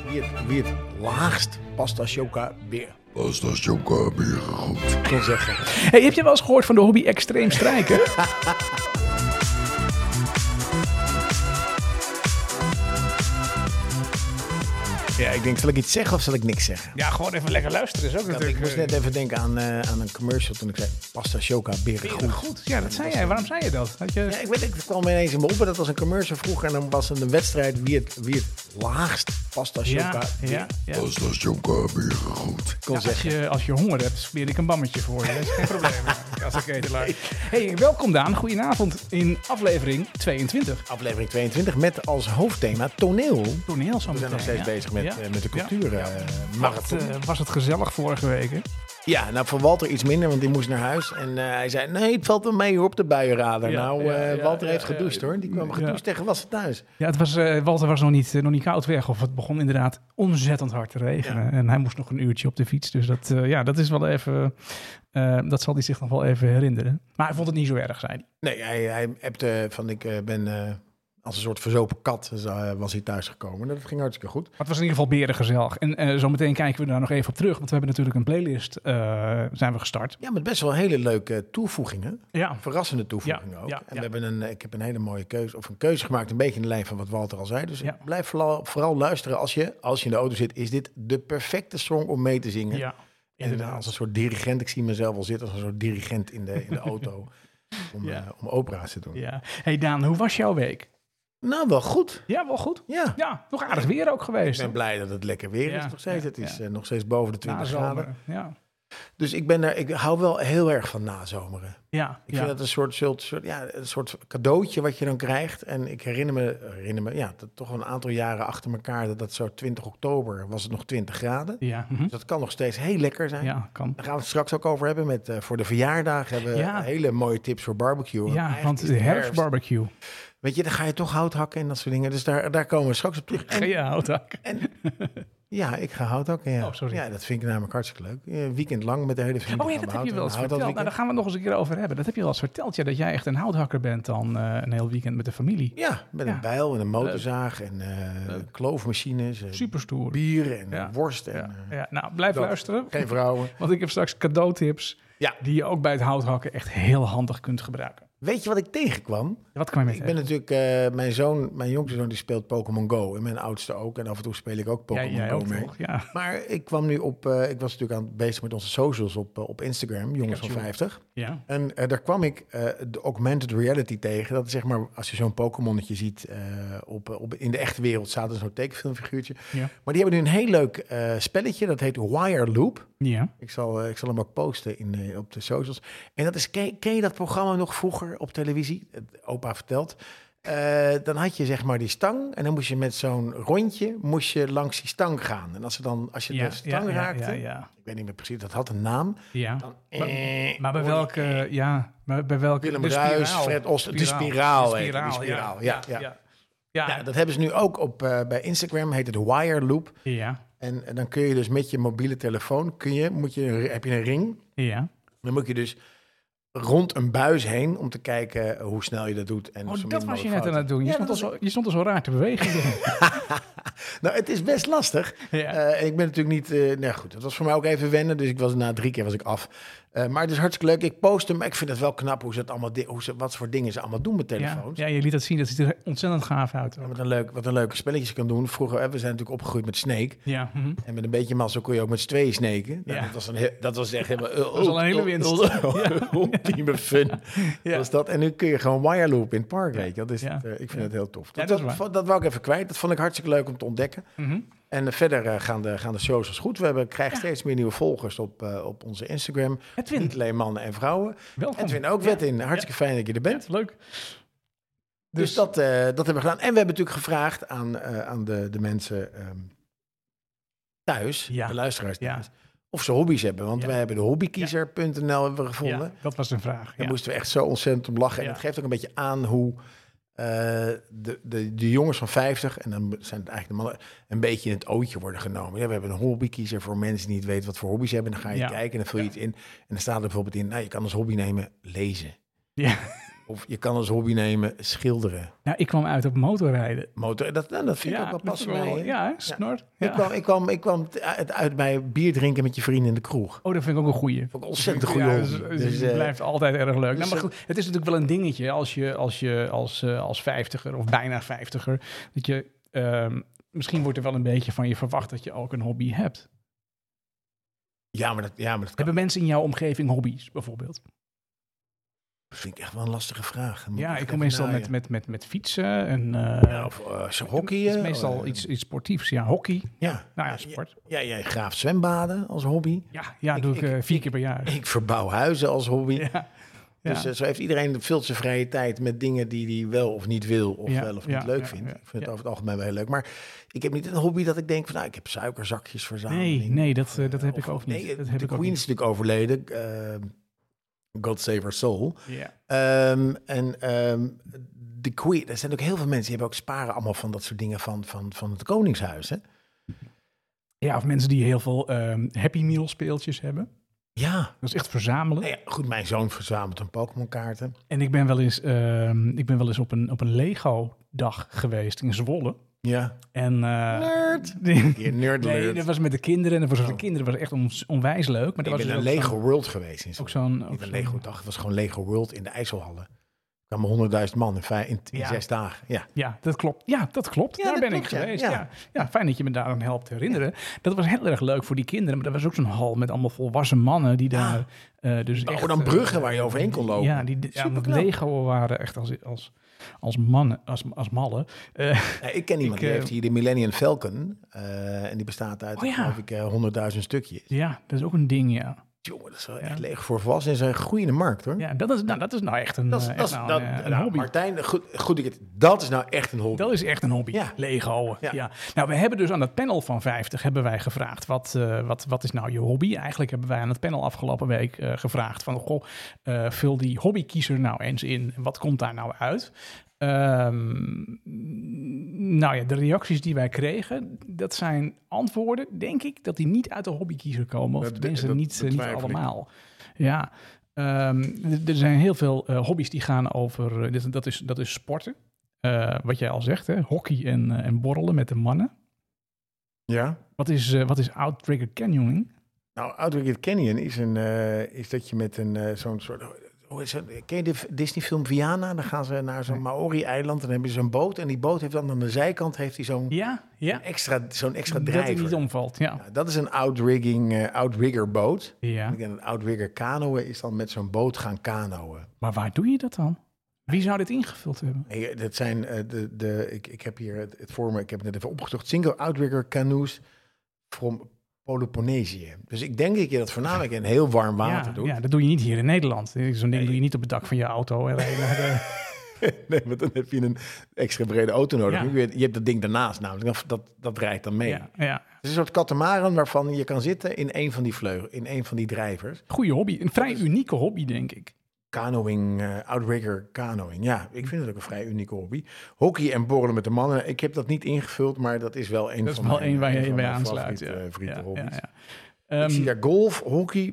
Wie het laagst pasta choca beer. Pasta choca beer goed. Kon zeggen. Hey, heb je wel eens gehoord van de hobby extreem strijken? Ja, ik denk, zal ik iets zeggen of zal ik niks zeggen? Ja, gewoon even lekker luisteren is ook natuurlijk. Ik moest net even denken aan een commercial toen ik zei pasta choca beer goed. Goed. Ja, dat zei jij. Waarom zei je dat? Had je... Ja, ik weet het kwam ineens in me op. Dat was een commercial vroeger en dan was het een wedstrijd wie het laagst pasta choca ja. Pasta choca beer goed. kon Ja, zeggen. als je honger hebt, smeer ik een bammetje voor je. Dat is geen probleem. Als ik ketelaar. Hey, welkom Daan. Goedenavond in aflevering 22. Aflevering 22 met als hoofdthema toneel. Toneel zo We zijn nog steeds bezig met de cultuur. Was het gezellig vorige week, hè? Ja, nou voor Walter iets minder, want die moest naar huis. En hij zei, nee, het valt wel mee hoor, op de buienradar. Walter heeft gedoucht hoor. Die kwam gedoucht tegen was het thuis. Ja, het was, Walter was nog niet koud weg. Of het begon inderdaad ontzettend hard te regenen. Ja. En hij moest nog een uurtje op de fiets. Dus dat is wel even... dat zal hij zich nog wel even herinneren. Maar hij vond het niet zo erg, zei hij. Nee, hij appte van ik ben... als een soort verzopen kat was hij thuisgekomen. Dat ging hartstikke goed. Maar het was in ieder geval berengezellig. En zometeen kijken we daar nog even op terug. Want we hebben natuurlijk een playlist zijn we gestart. Ja, met best wel hele leuke toevoegingen. Ja. Verrassende toevoegingen ook. Ja, en we hebben ik heb een hele mooie keuze gemaakt. Een beetje in de lijn van wat Walter al zei. Dus blijf vooral luisteren als je in de auto zit. Is dit de perfecte song om mee te zingen? Ja, en als een soort dirigent. Ik zie mezelf al zitten als een soort dirigent in de auto. Om opera's te doen. Ja. Hey Daan, hoe was jouw week? Nou, wel goed. Ja, wel goed. Ja, nog aardig weer ook geweest. Ik ben blij dat het lekker weer is nog steeds. Het is nog steeds boven de 20 graden. Ja. Dus ik hou wel heel erg van nazomeren. Ja, ik vind dat een soort cadeautje wat je dan krijgt. En ik herinner me dat toch een aantal jaren achter elkaar... dat zo 20 oktober was het nog 20 graden. Ja. Dus dat kan nog steeds heel lekker zijn. Ja, kan. Daar gaan we het straks ook over hebben. Voor de verjaardag hebben we hele mooie tips voor barbecue. Ja, want de herfstbarbecue... Weet je, dan ga je toch hout hakken en dat soort dingen. Dus daar komen we straks op terug. Ga je hout hakken? Ja, ik ga hout hakken, ja. Oh, sorry. Ja, dat vind ik namelijk hartstikke leuk. Weekend lang met de hele familie. Oh ja, dat heb je wel eens verteld. Nou, daar gaan we het nog eens een keer over hebben. Dat heb je wel eens verteld, ja, dat jij echt een houthakker bent dan een heel weekend met de familie. Ja, met een bijl en een motorzaag en kloofmachines. Superstoer. Bier en worst. En, Nou, blijf luisteren. Geen vrouwen. Want ik heb straks cadeautips die je ook bij het houthakken echt heel handig kunt gebruiken. Weet je wat ik tegenkwam? Wat kwam je mee Ik ben natuurlijk, mijn jongste zoon die speelt Pokémon Go. En mijn oudste ook. En af en toe speel ik ook Pokémon Go ook mee. toch, ja. Maar ik kwam nu ik was natuurlijk bezig met onze socials op Instagram, Jongens van 50. Ja. En daar kwam ik de augmented reality tegen. Dat is zeg maar, als je zo'n Pokémonnetje ziet, in de echte wereld staat er zo'n tekenfilmfiguurtje. Ja. Maar die hebben nu een heel leuk spelletje, dat heet Wire Loop. Ja. Ik zal hem ook posten op de socials. En dat is, ken je dat programma nog vroeger op televisie? Opa vertelt. Dan had je zeg maar die stang en dan moest je met zo'n rondje langs die stang gaan. En als je de stang raakte, ik weet niet meer precies, dat had een naam. Ja. Dan, maar bij welke? Willem Ruijs, Fred Oster, de spiraal. Ja, dat hebben ze nu ook bij Instagram, heet het Wire Loop. Ja. En dan kun je dus met je mobiele telefoon, heb je een ring. Ja. Dan moet je dus rond een buis heen om te kijken hoe snel je dat doet. En dat was je net aan het doen. Je stond al zo raar te bewegen. Nou, het is best lastig. Ja. Ik ben natuurlijk niet... goed, dat was voor mij ook even wennen. Dus na 3 keer was ik af. Maar het is hartstikke leuk. Ik post hem. Maar ik vind het wel knap hoe ze het allemaal... wat voor dingen ze allemaal doen met telefoons. Ja, je liet het zien. Dat ziet er ontzettend gaaf uit. Wat een leuke spelletjes kan doen. Vroeger, we zijn natuurlijk opgegroeid met Snake. Ja. Mm-hmm. En met een beetje mazzel kon je ook met z'n tweeën snaken. Nou, dat was echt helemaal... dat was al een hele winst. Ultieme fun was dat. En nu kun je gewoon wire loop in het park, weet je. Ik vind het heel tof. Dat wou ik even kwijt. Dat vond ik hartstikke leuk om te ontdekken. Mm-hmm. En verder gaan de socials goed. We krijgen steeds meer nieuwe volgers op onze Instagram. Edwin. Niet alleen mannen en vrouwen. Welkom. Edwin ook, Edwin. Hartstikke fijn dat je er bent. Ja, leuk. Dus dat hebben we gedaan. En we hebben natuurlijk gevraagd aan de mensen thuis, de luisteraars thuis, of ze hobby's hebben. Want wij hebben de hobbykiezer.nl hebben we gevonden. Ja, dat was een vraag. Daar moesten we echt zo ontzettend om lachen. En het geeft ook een beetje aan hoe de jongens van 50, en dan zijn het eigenlijk de mannen, een beetje in het ootje worden genomen. Ja, we hebben een hobbykiezer voor mensen die niet weten wat voor hobby's hebben. Dan ga je kijken en dan vul je iets in. En dan staat er bijvoorbeeld in, je kan als hobby nemen lezen. Ja. Of je kan als hobby nemen schilderen. Nou, ik kwam uit op motorrijden. Motor, dat vind ik ook wel passen bij je. Ja, snor. Ja. Ik kwam het uit bij bier drinken met je vrienden in de kroeg. Oh, dat vind ik ook een goeie. Ook ontzettend een goede hobby. Dus het blijft altijd erg leuk. dus Nou, maar goed, het is natuurlijk wel een dingetje als 50er of bijna 50er. Dat je, misschien wordt er wel een beetje van je verwacht dat je ook een hobby hebt. Ja, maar dat kan. Hebben mensen in jouw omgeving hobby's, bijvoorbeeld? Dat vind ik echt wel een lastige vraag. Ja, ik kom meestal met fietsen en of hockey. Het is meestal iets sportiefs. Ja, hockey. Ja. Nou ja, sport. Ja, jij graaft zwembaden als hobby. Ja, doe ik 4 keer per jaar. Ik verbouw huizen als hobby. Ja. Dus zo heeft iedereen veel zijn vrije tijd met dingen die hij wel of niet wil, of wel of niet leuk vindt. Ik vind het over het algemeen wel heel leuk. Maar ik heb niet een hobby dat ik denk van, ik heb suikerzakjes verzameld. Nee, dat heb ik ook niet. Nee, de Queen is natuurlijk overleden. God Save Her Soul. Ja. De Queen, er zijn ook heel veel mensen die hebben ook sparen allemaal van dat soort dingen van het Koningshuis. Hè? Ja, of mensen die heel veel Happy Meal speeltjes hebben. Ja. Dat is echt verzamelen. Nou ja, goed, mijn zoon verzamelt een Pokémon kaarten. En ik ben wel eens op een Lego dag geweest in Zwolle. Ja. En nerd. Nee, dat was met de kinderen. En voor de kinderen was het echt onwijs leuk. Maar ik ben een Lego World geweest. In ook zo'n Lego dag. Het was gewoon Lego World in de IJsselhallen. Er kwamen 100.000 man in 6 dagen. Ja, dat klopt. Ja, dat klopt. Ja, daar dat ben klopt, ik geweest. Ja, fijn dat je me daaraan helpt herinneren. Dat was heel erg leuk voor die kinderen. Maar dat was ook zo'n hal met allemaal volwassen mannen die daar... dus echt, dan bruggen waar je overheen kon lopen. Ja, met Lego waren echt als mannen, als mallen. Ik ken iemand die heeft hier de Millennium Falcon. En die bestaat uit, geloof ik, 100.000 stukjes. Ja, dat is ook een ding, ja. Jongen, dat is wel echt leeg voor volwassenen. Dat is een groeiende markt, hoor. Ja, dat is nou echt een, een hobby. Martijn, goed, dat is nou echt een hobby. Dat is echt een hobby, Lego. Ja. Nou, we hebben dus aan het panel van 50 hebben wij gevraagd, wat is nou je hobby? Eigenlijk hebben wij aan het panel afgelopen week gevraagd van, vul die hobbykiezer nou eens in. Wat komt daar nou uit? Nou ja, de reacties die wij kregen, dat zijn antwoorden, denk ik, dat die niet uit de hobbykiezer komen. Of tenminste niet allemaal. Ja, er zijn heel veel hobby's die gaan over, dat is sporten. Wat jij al zegt, hè? Hockey en borrelen met de mannen. Ja. Wat is Outrigger Canyoning? Nou, Outrigger Canyon is dat je met zo'n soort... Ken je de Disney-film Viana? Dan gaan ze naar zo'n Maori-eiland en dan hebben ze zo'n boot. En die boot heeft dan aan de zijkant zo'n extra drijver. Dat hij niet omvalt, ja. Nou, dat is een outrigger boot. Ja. En ik denk dat outrigger kanoën is dan met zo'n boot gaan kanoën. Maar waar doe je dat dan? Wie zou dit ingevuld hebben? Nee, dat zijn ik heb hier het voor me. Ik heb het net even opgezocht. Single outrigger canoes from Peloponnesië. Dus ik denk dat je dat voornamelijk in heel warm water doet. Ja, dat doe je niet hier in Nederland. Zo'n ding doe je niet op het dak van je auto. En nee, maar dan heb je een extra brede auto nodig. Ja. Je hebt dat ding daarnaast namelijk. Dat rijdt dan mee. Ja. Het is een soort katamaran waarvan je kan zitten in een van die vleugels, in een van die drijvers. Goeie hobby. Een vrij unieke hobby, denk ik. Canoeing, outrigger canoeing. Ja, ik vind het ook een vrij unieke hobby. Hockey en borrelen met de mannen. Ik heb dat niet ingevuld, maar dat is wel een van waar je bij aansluit. Favoriete hobby's. Ik zie daar golf, hockey,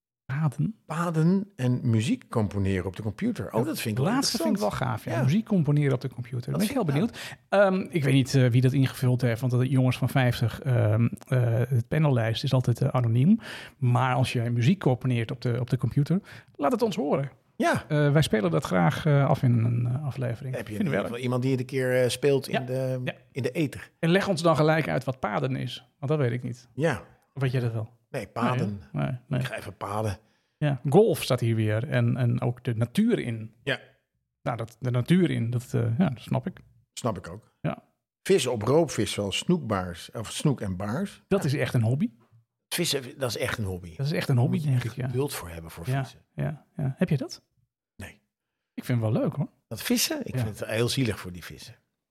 paden en muziek componeren op de computer. Oh, dat vind ik wel laatste vind ik wel gaaf. Ja. Muziek componeren op de computer. Daar ben ik heel benieuwd. Ik weet niet wie dat ingevuld heeft, want de jongens van 50, het panellijst is altijd anoniem. Maar als je muziek componeert op de computer, laat het ons horen. Ja. Wij spelen dat graag af in een aflevering. Heb je wel iemand die het een keer speelt in de ether? En leg ons dan gelijk uit wat paden is, want dat weet ik niet. Ja. Of weet jij dat wel? Nee, paden. Nee. Ik ga even paden. Ja, golf staat hier weer en ook de natuur in. Ja. Nou, de natuur in, dat snap ik. Snap ik ook. Ja. Vissen op roopvis, zoals snoek en baars. Dat is echt een hobby. Vissen, dat is echt een hobby. Dat is echt een hobby, denk ik, ja. Geduld voor hebben voor vissen. Ja. Heb je dat? Nee. Ik vind het wel leuk, hoor. Dat vissen? Ik vind het heel zielig voor die vissen.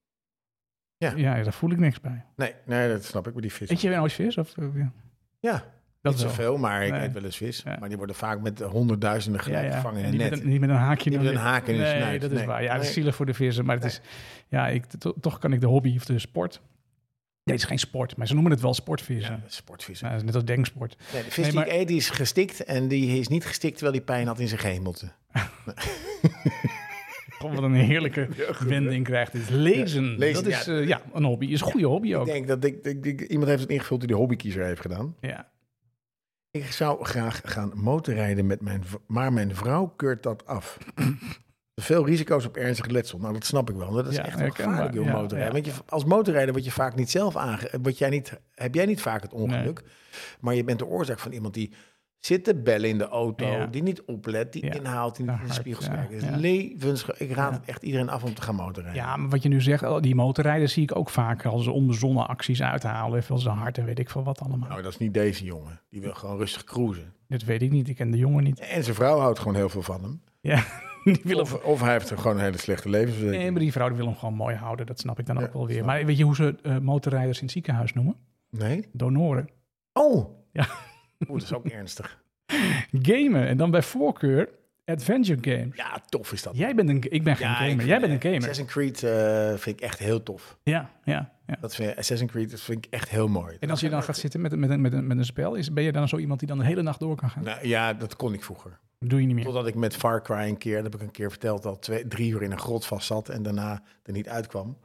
Ja, daar voel ik niks bij. Nee, dat snap ik bij die vissen. Eet je wel ooit vis? Of, ja. Niet zoveel, maar ik eet wel eens vis. Ja. Maar die worden vaak met honderdduizenden gelijk gevangen in een net. Niet met een haakje. Niet met een haak in de snuit. Nee, dat is waar. Ja, dat is zielig voor de vissen. Maar het is, toch kan ik de hobby of de sport. Nee, het is geen sport, maar ze noemen het wel sportvissen. Ja, sportvissen. Nou, net als denksport. Nee, de vis die ik eet, die is gestikt. En die is niet gestikt terwijl hij pijn had in zijn gehemelte. God, wat een heerlijke wending krijgt. Het is lezen. Lezen, Dat is een hobby. Is een goede hobby ook. Ik denk dat iemand heeft het ingevuld die de hobbykiezer heeft gedaan. Ja. Ik zou graag gaan motorrijden met maar mijn vrouw keurt dat af. Veel risico's op ernstig letsel. Nou, dat snap ik wel. Dat is echt wel gevaarlijk, joh, motorrijden. Want als motorrijder word je vaak niet zelf heb jij niet vaak het ongeluk. Nee. Maar je bent de oorzaak van iemand die zit te bellen in de auto, die niet oplet, die inhaalt, die niet in de spiegels kijkt. Ik raad het echt iedereen af om te gaan motorrijden. Ja, maar wat je nu zegt, die motorrijders zie ik ook vaak als ze onbezonnen acties uithalen. Veel te hard en weet ik veel wat allemaal. Nou, dat is niet deze jongen. Die wil gewoon rustig cruisen. Dat weet ik niet. Ik ken de jongen niet. En zijn vrouw houdt gewoon heel veel van hem. Ja. Of hij heeft gewoon een hele slechte levensverzekering. Nee, maar die vrouw die wil hem gewoon mooi houden. Dat snap ik dan ook wel weer. Maar weet je hoe ze motorrijders in het ziekenhuis noemen? Nee. Donoren. Oh! Ja. Dat is ook ernstig. Gamen. En dan bij voorkeur adventure games. Ja, tof is dat. Ik ben geen gamer. Jij bent een gamer. Assassin's Creed vind ik echt heel tof. Ja. Assassin's Creed vind ik echt heel mooi. En als je dan gaat zitten met een spel, ben je dan zo iemand die dan de hele nacht door kan gaan? Nou, ja, dat kon ik vroeger. Dat doe je niet meer. Totdat ik met Far Cry dat heb ik een keer verteld, al 3 uur in een grot vast zat en daarna er niet uitkwam.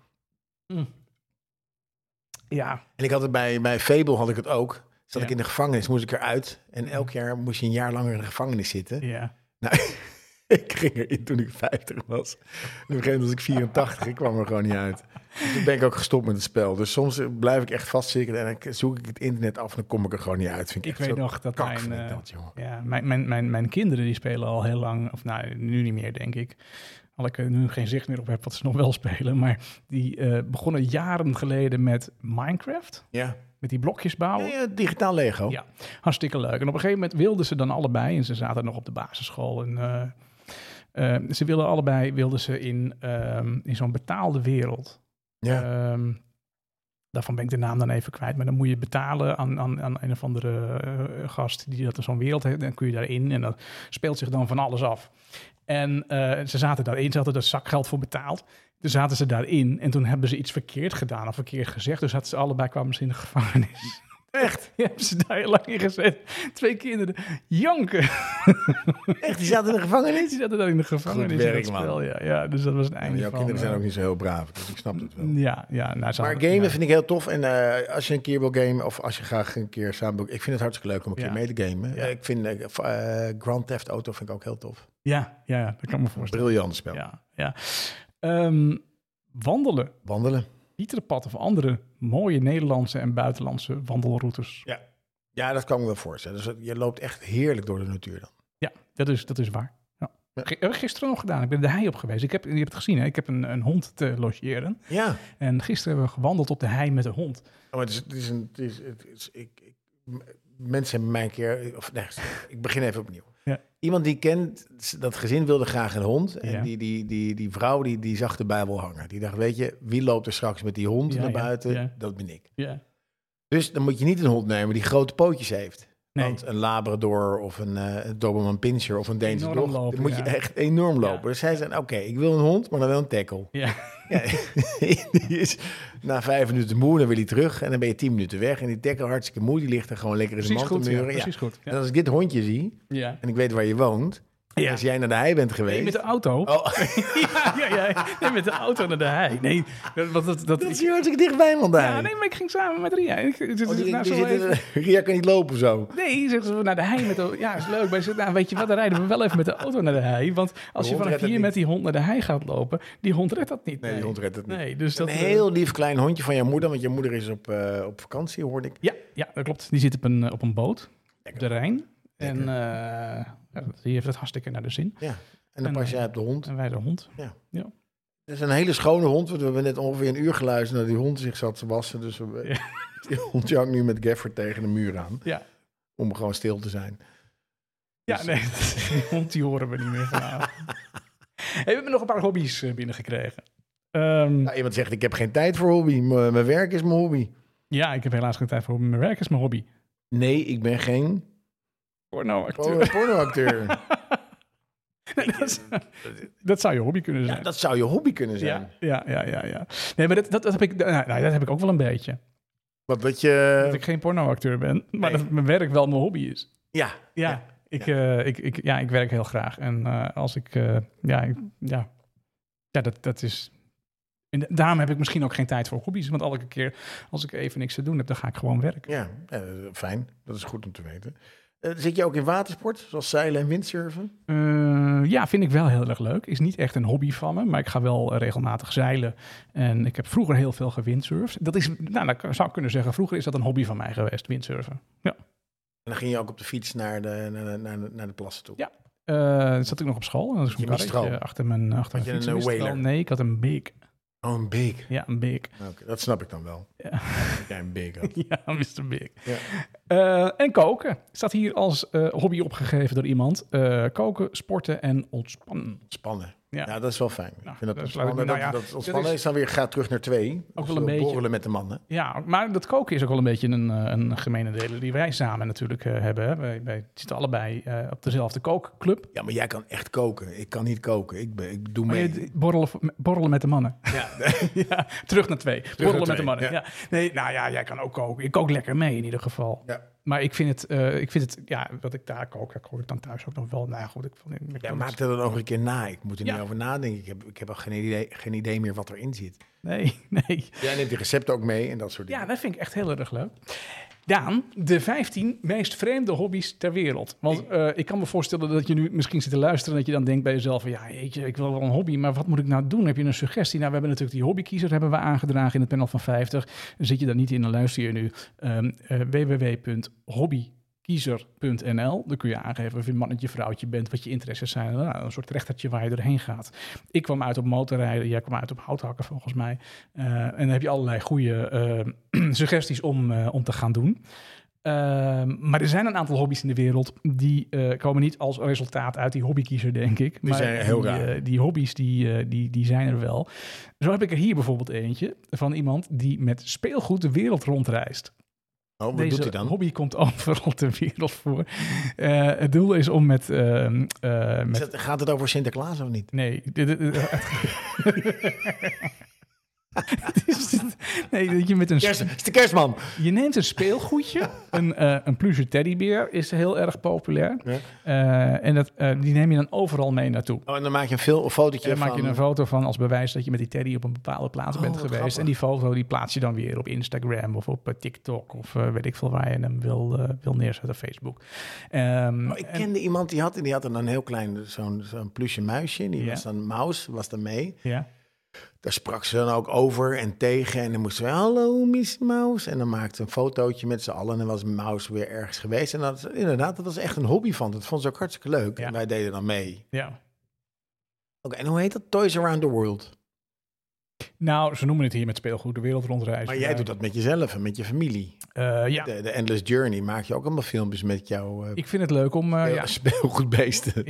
Ja. En ik had het bij Fable had ik het ook. Zat ik in de gevangenis, moest ik eruit. En elk jaar moest je een jaar langer in de gevangenis zitten. Ja. Nou, ik ging erin toen ik 50 was. En op een gegeven moment was ik 84, ik kwam er gewoon niet uit. Dus toen ben ik ook gestopt met het spel. Dus soms blijf ik echt vastzitten en dan zoek ik het internet af en dan kom ik er gewoon niet uit. Vind ik weet nog dat mijn kinderen die spelen al heel lang, of nou, nu niet meer denk ik. Al ik er nu geen zicht meer op heb wat ze nog wel spelen. Maar die begonnen jaren geleden met Minecraft. Ja. Met die blokjes bouwen. Ja, digitaal Lego. Ja, hartstikke leuk. En op een gegeven moment wilden ze dan allebei, en ze zaten nog op de basisschool. En ze wilden ze in zo'n betaalde wereld. Ja. Daarvan ben ik de naam dan even kwijt. Maar dan moet je betalen aan een of andere gast die dat in zo'n wereld heeft. Dan kun je daarin en dan speelt zich dan van alles af. En ze zaten daarin, ze hadden er zakgeld voor betaald. Toen zaten ze daarin en toen hebben ze iets verkeerd gedaan of verkeerd gezegd. Dus ze allebei kwamen ze in de gevangenis. Echt? Die hebben ze daar heel lang in gezet. 2 kinderen janken. Echt? Die zaten in de gevangenis? Die zaten daar in de gevangenis. Goed werk, man. Ja, dus dat was het einde jouw kinderen zijn ook niet zo heel braaf, dus ik snap het wel. Ja. Nou, maar gamen vind ik heel tof. En als je een keer wil gamen, of als je graag een keer samen wil... Ik vind het hartstikke leuk om een keer mee te gamen. Ja. Ik vind Grand Theft Auto vind ik ook heel tof. Ja, dat kan me voorstellen. Briljant spel. Ja. Wandelen. Pieterpad of andere mooie Nederlandse en buitenlandse wandelroutes. Ja, dat kan ik me wel voorstellen. Dus je loopt echt heerlijk door de natuur dan. Ja, dat is waar. Ja. Heb ik gisteren nog gedaan. Ik ben de hei op geweest. Je hebt het gezien, hè? Ik heb een hond te logeren. Ja. En gisteren hebben we gewandeld op de hei met de hond. Oh, mensen hebben mij een keer... ik begin even opnieuw. Ja. Iemand die kent, dat gezin wilde graag een hond. En die vrouw die zag de Bijbel hangen. Die dacht, weet je, wie loopt er straks met die hond naar buiten? Ja. Dat ben ik. Ja. Dus dan moet je niet een hond nemen die grote pootjes heeft. Nee. Want een Labrador of een Doberman Pinscher of een Deense Dog, dan moet je echt enorm lopen. Dus zij zei, oké, ik wil een hond, maar dan wel een tackle. Ja. Die is na 5 minuten moe, dan wil hij terug en dan ben je 10 minuten weg. En die tackle hartstikke moe, die ligt er gewoon lekker in de mand te muren. Precies goed. Ja. En als ik dit hondje zie, en ik weet waar je woont, als jij naar de hei bent geweest... Nee, met de auto. Oh. Nee, met de auto naar de hei. Nee, dat is hier hartstikke dichtbij, man, daar. Ja, nee, maar ik ging samen met Ria. Ria kan niet lopen zo. Nee, zeggen ze, naar de hei met de... Ja, is leuk. Maar nou, weet je wat, dan rijden we wel even met de auto naar de hei. Want als je vanaf hier met die hond naar de hei gaat lopen, die hond redt dat niet. Nee, die hond redt het niet. Nee, dus een heel lief klein hondje van jouw moeder, want je moeder is op vakantie, hoorde ik. Ja, dat klopt. Die zit op een boot, op de Rijn. En die heeft het hartstikke naar de zin. Ja, en dan pas jij op de hond. En wij de hond. Ja. Het is een hele schone hond. Want we hebben net ongeveer een uur geluisterd naar die hond zich zat te wassen. Dus die hond hangt nu met Gafford tegen de muur aan. Ja. Om gewoon stil te zijn. Ja, dus, nee, die hond die horen we niet meer vanavond. We hebben nog een paar hobby's binnengekregen. Iemand zegt, ik heb geen tijd voor hobby. Mijn werk is mijn hobby. Ja, ik heb helaas geen tijd voor hobby. Mijn werk is mijn hobby. Nee, ik ben geen... Pornoacteur. Nee, dat zou je hobby kunnen zijn. Ja, dat zou je hobby kunnen zijn. Ja. Nee, maar dat heb ik ook wel een beetje. Wat dat ik geen pornoacteur ben, maar dat mijn werk wel mijn hobby is. Ik werk heel graag. En als ik... Ja, dat is... En daarom heb ik misschien ook geen tijd voor hobby's. Want elke keer als ik even niks te doen heb, dan ga ik gewoon werken. Ja, fijn. Dat is goed om te weten. Zit je ook in watersport, zoals zeilen en windsurfen? Ja, vind ik wel heel erg leuk. Is niet echt een hobby van me, maar ik ga wel regelmatig zeilen. En ik heb vroeger heel veel gewindsurfd. Dat is, nou, dan zou ik kunnen zeggen, vroeger is dat een hobby van mij geweest, windsurfen. Ja. En dan ging je ook op de fiets naar de plassen toe? Ja. Zat ik nog op school. Dat is een Mistral? karretje achter mijn Had je een Mistral. Whaler? Nee, ik had een Big. Oh, een big. Ja, een Big. Oké, dat snap ik dan wel. Ja. Dat jij een big had. Ja, Mr. Big. Ja. En koken. Staat hier als hobby opgegeven door iemand. Koken, sporten en ontspannen. Spannen. Ja. Ja, dat is wel fijn. Nou, Ik vind dat dat is ontspannen, leuk. Nou ja, dat ontspannen dat is dan weer gaat terug naar 2. Ook wel een beetje. Borrelen met de mannen. Ja, maar dat koken is ook wel een beetje een gemene deler die wij samen natuurlijk hebben. Hè. Wij zitten allebei op dezelfde kookclub. Ja, maar jij kan echt koken. Ik kan niet koken. Ik doe Maar mee. borrelen met de mannen. Ja. Ja, terug naar 2. Borrelen met de 2, mannen. ja. Ja. Nee, nou ja, jij kan ook koken. Ik kook lekker mee in ieder geval. Ja. Maar ik vind het, ja, wat ik daar kook, dat kook ik dan thuis ook nog wel. Nou ja, goed, Ja, maak dat dan ook een keer na. Ik moet er Ja. niet over nadenken. Ik heb al geen idee meer wat erin zit. Nee. Jij neemt die recepten ook mee en dat soort dingen. Ja, dat vind ik echt heel erg leuk. Daan, de 15 meest vreemde hobby's ter wereld. Want ik kan me voorstellen dat je nu misschien zit te luisteren en dat je dan denkt bij jezelf van, ja, jeetje, ik wil wel een hobby, maar wat moet ik nou doen? Heb je een suggestie? Nou, we hebben natuurlijk die hobbykiezer hebben we aangedragen in het panel van 50. Zit je daar niet in, dan luister je nu www.hobbykiezer.nl. Dan kun je aangeven of je mannetje, vrouwtje bent, wat je interesses zijn. Nou, een soort rechtertje waar je doorheen gaat. Ik kwam uit op motorrijden, jij kwam uit op houthakken volgens mij. En dan heb je allerlei goede suggesties om te gaan doen. Maar er zijn een aantal hobby's in de wereld die komen niet als resultaat uit die hobbykiezer, denk ik. Die zijn heel raar. Die hobby's die zijn er wel. Zo heb ik er hier bijvoorbeeld eentje van iemand die met speelgoed de wereld rondreist. Oh, wat Deze doet hij dan? hobby komt overal ter wereld voor. Het doel is om met Gaat het over Sinterklaas of niet? nee, nee, dat je met een Het is de kerstman. je neemt een speelgoedje, een pluche teddybeer is heel erg populair. Ja. En die neem je dan overal mee naartoe. Oh, en dan maak je een fotootje En van... maak je een foto van als bewijs dat je met die teddy op een bepaalde plaats bent wat geweest. grappig. En die foto die plaats je dan weer op Instagram of op TikTok of weet ik veel waar je hem wil neerzetten, Facebook. Ik kende iemand die had dan een heel klein zo'n plusje muisje. Die Ja. was dan was dan mee. Ja. Daar sprak ze dan ook over en tegen. En dan moesten we, hallo Miss Mouse. En dan maakte ze een fotootje met z'n allen. En dan was Mouse weer ergens geweest. En dat was echt een hobby van. Dat vond ze ook hartstikke leuk. Ja. En wij deden dan mee. Ja. Oké, en hoe heet dat? Toys Around the World. Nou, ze noemen het hier met speelgoed de wereld rondreizen. Maar jij doet dat met jezelf en met je familie. Ja, De Endless Journey maak je ook allemaal filmpjes met jouw ik vind het leuk om... speelgoedbeesten.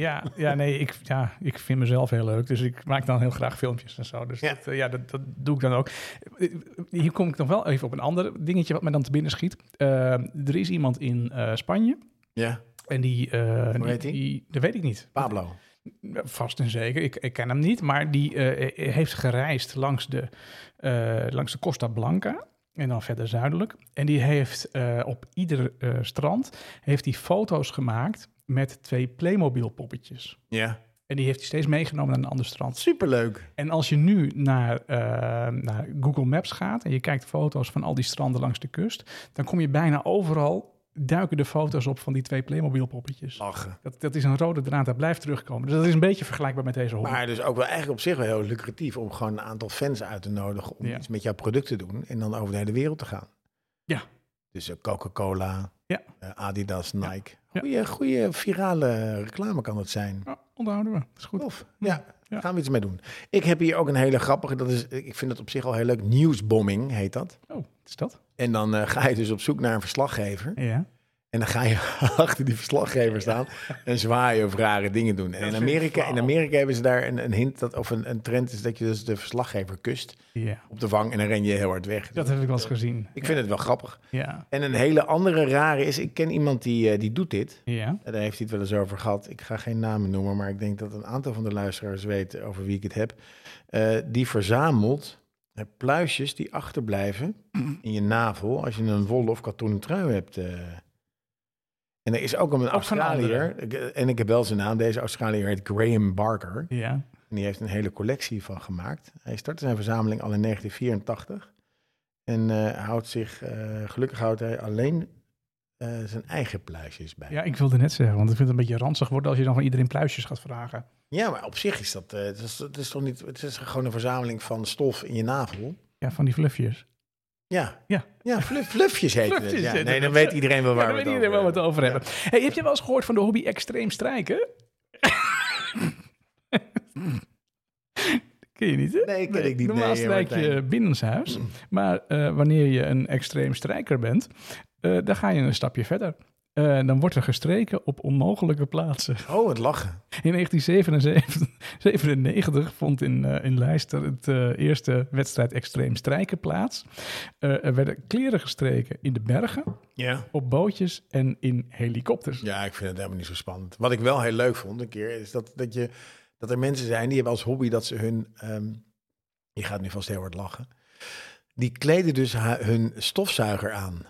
Ik vind mezelf heel leuk. Dus ik maak dan heel graag filmpjes en zo. Dus Ja. dat doe ik dan ook. Hier kom ik nog wel even op een ander dingetje wat mij dan te binnen schiet. Er is iemand in Spanje. Ja, En die... Hoe heet die? Dat weet ik niet. Pablo. Vast en zeker. Ik ken hem niet. Maar die heeft gereisd langs de Costa Blanca. En dan verder zuidelijk. En die heeft op ieder strand heeft hij foto's gemaakt met 2 Playmobil poppetjes. Ja. En die heeft hij steeds meegenomen naar een ander strand. Superleuk. En als je nu naar Google Maps gaat en je kijkt foto's van al die stranden langs de kust, dan kom je bijna overal, duiken de foto's op van die 2 Playmobil poppetjes. Lachen. Dat is een rode draad, dat blijft terugkomen. Dus dat is een beetje vergelijkbaar met deze hobby. Maar dus ook wel eigenlijk op zich wel heel lucratief om gewoon een aantal fans uit te nodigen om iets met jouw product te doen en dan over de hele wereld te gaan. Ja. Dus Coca-Cola, Ja. Adidas, Nike. Ja. Goede virale reclame kan het zijn. Ja, onthouden we. Dat is goed. Tof. Ja, Ja. gaan we iets mee doen. Ik heb hier ook een hele grappige, ik vind het op zich al heel leuk, nieuwsbombing heet dat. Oh, wat is dat? En dan ga je dus op zoek naar een verslaggever. Ja. En dan ga je achter die verslaggever staan en zwaaien of rare dingen doen. En in Amerika hebben ze daar een hint, of een trend is dat je dus de verslaggever kust Ja. op de wang en dan ren je heel hard weg. Dat heb ik wel eens gezien. Ik vind het wel grappig. Ja. En een hele andere rare is, ik ken iemand die doet dit. Ja. En daar heeft hij het wel eens over gehad. Ik ga geen namen noemen, maar ik denk dat een aantal van de luisteraars weten over wie ik het heb. Die verzamelt pluisjes die achterblijven in je navel als je een wollen of katoenen trui hebt. En er is ook een Australiër, en ik heb wel zijn naam, deze Australiër heet Graham Barker. Ja. En die heeft een hele collectie van gemaakt. Hij startte zijn verzameling al in 1984. En gelukkig houdt hij alleen zijn eigen pluisjes bij. Ja, ik wilde net zeggen, want ik vind het een beetje ranzig worden als je dan van iedereen pluisjes gaat vragen. Ja, maar op zich is dat... het is toch niet... Het is gewoon een verzameling van stof in je navel. Ja, van die fluffjes. Ja, Ja. Fluffjes heet het. Fluffjes Ja, heet nee, het. dan weet iedereen wel waar Ja, dan weet iedereen wel wat we het over hebben. Hey, heb je wel eens gehoord van de hobby extreem strijken? Ken je niet, hè? Nee, ken ik niet. Normaal strijk je binnenshuis. Maar wanneer je een extreem strijker bent, dan ga je een stapje verder. Dan wordt er gestreken op onmogelijke plaatsen. Oh, het lachen. In 1997 vond in Leicester het eerste wedstrijd extreem strijken plaats. Er werden kleren gestreken in de bergen, Ja. op bootjes en in helikopters. Ja, ik vind het helemaal niet zo spannend. Wat ik wel heel leuk vond een keer, is dat er mensen zijn die hebben als hobby dat ze hun... je gaat nu vast heel hard lachen. Die kleden dus hun stofzuiger aan.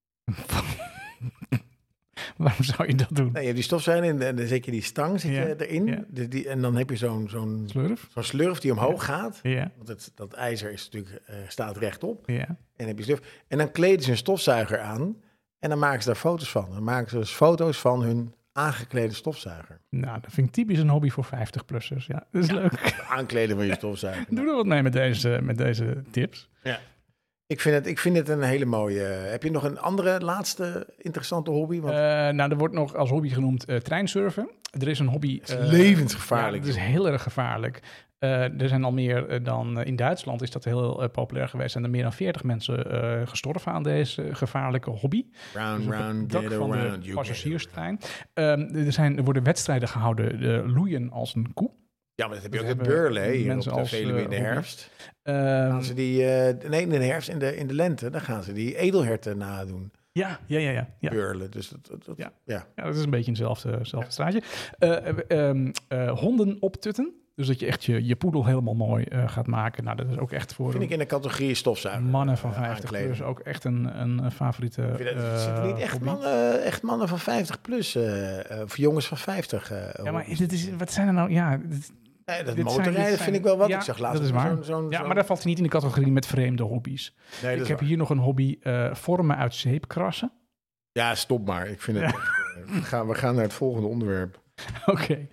Waarom zou je dat doen? Nee, je hebt die stofzuiger en dan zet je die stang erin. Ja. En dan heb je zo'n Slurf? slurf die omhoog gaat. Ja, Want dat ijzer is natuurlijk, staat rechtop. ja. En dan heb je slurf. En dan kleden ze een stofzuiger aan. En dan maken ze daar foto's van. Dan maken ze dus foto's van hun aangeklede stofzuiger. Nou, dat vind ik typisch een hobby voor 50-plussers. Ja, dat is leuk. Aankleden van je stofzuiger. Doe er wat mee met deze tips. Ja. Ik vind het een hele mooie... Heb je nog een andere laatste interessante hobby? Want Nou, er wordt nog als hobby genoemd treinsurfen. Er is een hobby... het is levensgevaarlijk. Ja, het is heel erg gevaarlijk. Er zijn al meer dan in Duitsland is dat heel populair geweest. Zijn er meer dan 40 mensen gestorven aan deze gevaarlijke hobby. Round, Dus op round, het dak get van around. de passagierstrein. Er worden wedstrijden gehouden, loeien als een koe. Ja, maar dat heb je Dat ook met hebben beurlen, hè, hier op mensen de als, Veluwe in de hobby. herfst. Gaan ze in de herfst, in de lente, dan gaan ze die edelherten nadoen. Ja. Beurlen, dus Ja. ja. Ja, dat is een beetje eenzelfde straatje. Honden optutten. Dus dat je echt je poedel helemaal mooi gaat maken. Nou, dat is ook echt voor Vind ik in de categorie stofzuiger. mannen van 50 aankleden. plus ook echt een favoriete Zitten niet echt mannen van 50 plus, of jongens van 50. Ja, maar wat zijn er nou? Ja, dat motorrijden vind ik wel wat. Ja, Ik zag laatst dat is waar. zo'n Maar dat valt niet in de categorie met vreemde hobby's. Nee, dat Ik is heb waar. hier nog een hobby, vormen uit zeepkrassen. Ja, stop maar. Ik vind het... We gaan naar het volgende onderwerp. Oké.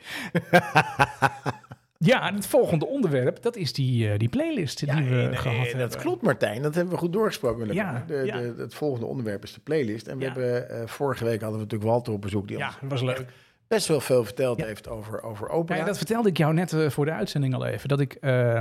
Ja, het volgende onderwerp, dat is die playlist die we gehad hebben. Dat klopt, Martijn. Dat hebben we goed doorgesproken met Ja, elkaar. Het volgende onderwerp is de playlist. En we hebben vorige week hadden we natuurlijk Walter op bezoek. Die Ja, ons dat was leuk. best wel veel verteld heeft over opera. Ja, dat vertelde ik jou net voor de uitzending al even. Dat ik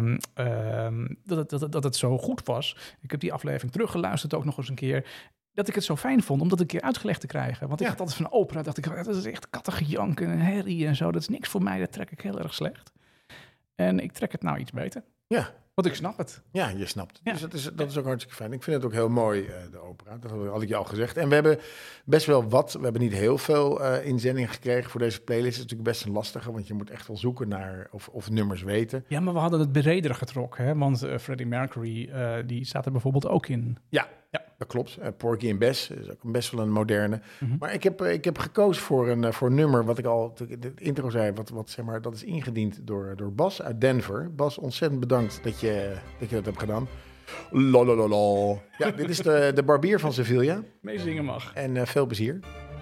dat het zo goed was. Ik heb die aflevering teruggeluisterd ook nog eens een keer. Dat ik het zo fijn vond om dat een keer uitgelegd te krijgen. Want ik had altijd van opera, dacht ik, dat is echt kattengejank en herrie en zo. Dat is niks voor mij, dat trek ik heel erg slecht. En ik trek het nou iets beter. Ja. Want ik snap het. Ja, je snapt. Ja. Dus dat is ook hartstikke fijn. Ik vind het ook heel mooi, de opera. Dat had ik je al gezegd. En we hebben best wel wat. We hebben niet heel veel inzendingen gekregen voor deze playlist. Het is natuurlijk best een lastige, want je moet echt wel zoeken naar of nummers weten. Ja, maar we hadden het breder getrokken. Hè? Want Freddie Mercury, die staat er bijvoorbeeld ook in. Ja, dat klopt. Porgy and Bess is ook best wel een moderne. Maar ik heb gekozen voor een nummer, wat ik al in de intro zei, wat zeg maar, dat is ingediend door Bas uit Denver. Bas, ontzettend bedankt dat je dat hebt gedaan. Lalalala. Ja, dit is de Barbier van Sevilla. Meezingen mag. En veel plezier.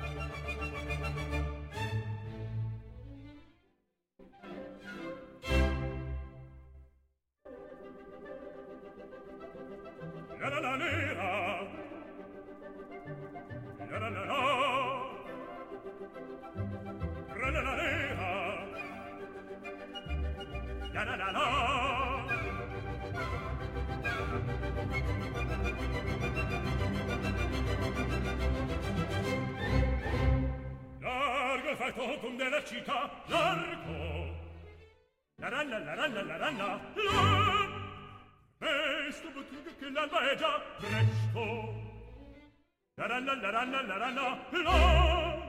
Largo il factotum della città, largo. La ranna, la ranna, la ranna, la. Presto, bottiglia che l'alba è già presto. La ranna, la ranna, la ranna, la.